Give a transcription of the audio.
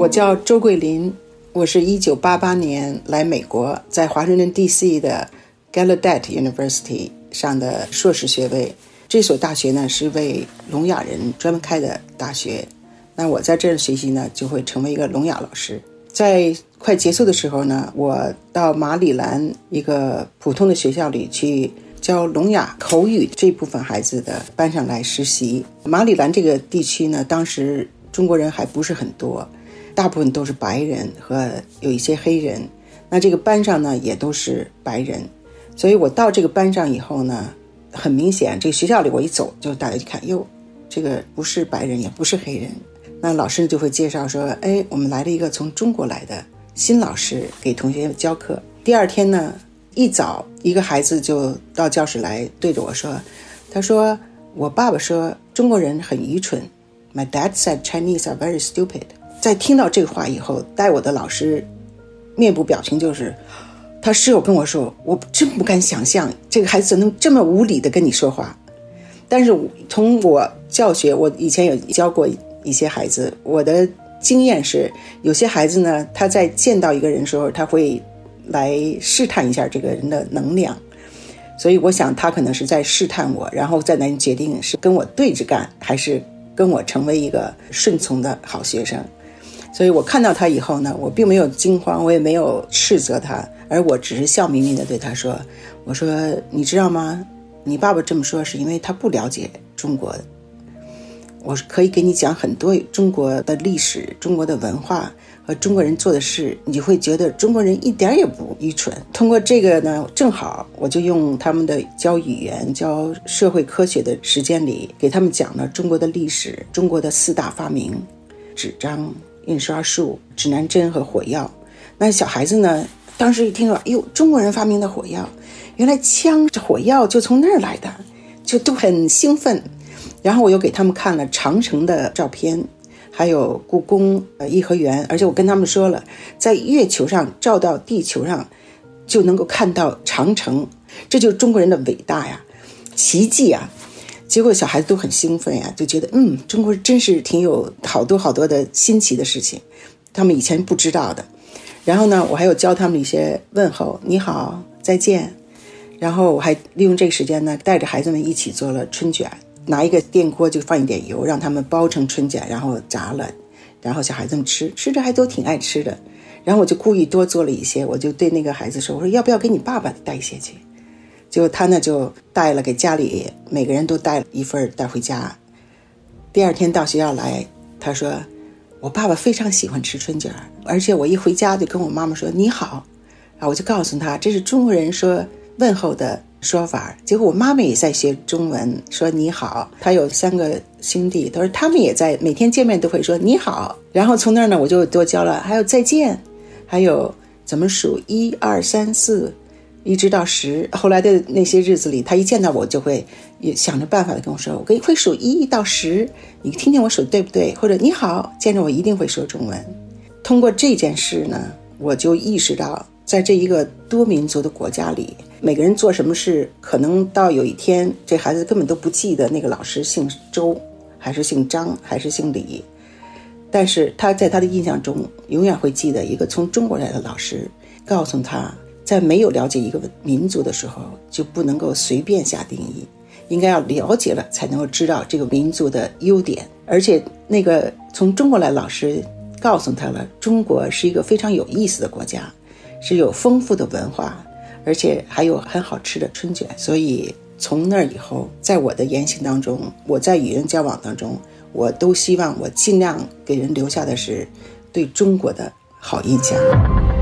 我叫周桂林，我是1988年来美国，在华盛顿 DC 的 Gallaudet University 上的硕士学位。这所大学呢是为聋哑人专门开的大学，那我在这儿学习呢就会成为一个聋哑老师。在快结束的时候呢，我到马里兰一个普通的学校里去教聋哑口语这部分孩子的班上来实习。马里兰这个地区呢，当时中国人还不是很多，大部分都是白人和有一些黑人，那这个班上呢也都是白人。所以我到这个班上以后呢，很明显这个学校里我一走就大家就看，哟，这个不是白人也不是黑人。那老师就会介绍说，我们来了一个从中国来的新老师给同学教课。第二天呢一早，一个孩子就到教室来对着我说，他说我爸爸说中国人很愚蠢， My dad said Chinese are very stupid。 在听到这个话以后，带我的老师面部表情就是他室友跟我说，我真不敢想象这个孩子能这么无理的跟你说话。但是从我教学，我以前有教过一些孩子，我的经验是有些孩子呢，他在见到一个人的时候，他会来试探一下这个人的能量，所以我想他可能是在试探我，然后再来决定是跟我对着干还是跟我成为一个顺从的好学生。所以我看到他以后呢，我并没有惊慌，我也没有斥责他，而我只是笑眯眯的对他说，我说你知道吗，你爸爸这么说是因为他不了解中国，我可以给你讲很多中国的历史、中国的文化和中国人做的事，你会觉得中国人一点也不愚蠢。通过这个呢，正好我就用他们的教语言、教社会科学的时间里，给他们讲了中国的历史、中国的4大发明：纸张、印刷术、指南针和火药。那小孩子呢，当时一听说，中国人发明的火药，原来枪火药就从那儿来的，就都很兴奋。然后我又给他们看了长城的照片，还有故宫、颐和园，而且我跟他们说了，在月球上照到地球上就能够看到长城，这就是中国人的伟大呀，奇迹啊。结果小孩子都很兴奋呀，就觉得中国真是挺有好多好多的新奇的事情，他们以前不知道的。然后呢，我还有教他们一些问候，你好，再见。然后我还利用这个时间呢，带着孩子们一起做了春卷，拿一个电锅就放一点油，让他们包成春卷，然后炸了，然后小孩子们吃着还都挺爱吃的。然后我就故意多做了一些，我就对那个孩子说，我说要不要给你爸爸带一些去。结果他呢就带了，给家里每个人都带了一份带回家。第二天到学校来，他说我爸爸非常喜欢吃春卷，而且我一回家就跟我妈妈说你好，然后我就告诉他这是中国人说问候的说法。结果我妈妈也在学中文，说你好。他有3个兄弟，他说他们也在每天见面都会说你好。然后从那儿呢，我就多教了，还有再见，还有怎么数1、2、3、4一直到10。后来的那些日子里，他一见到我就会想着办法的跟我说，我会数1到10，你听听我数对不对，或者你好，见着我一定会说中文。通过这件事呢，我就意识到在这一个多民族的国家里，每个人做什么事，可能到有一天这孩子根本都不记得那个老师姓周还是姓张还是姓李，但是他在他的印象中永远会记得一个从中国来的老师告诉他，在没有了解一个民族的时候，就不能够随便下定义，应该要了解了才能够知道这个民族的优点。而且那个从中国来的老师告诉他了，中国是一个非常有意思的国家，是有丰富的文化，而且还有很好吃的春卷。所以从那以后，在我的言行当中，我在与人交往当中，我都希望我尽量给人留下的是对中国的好印象。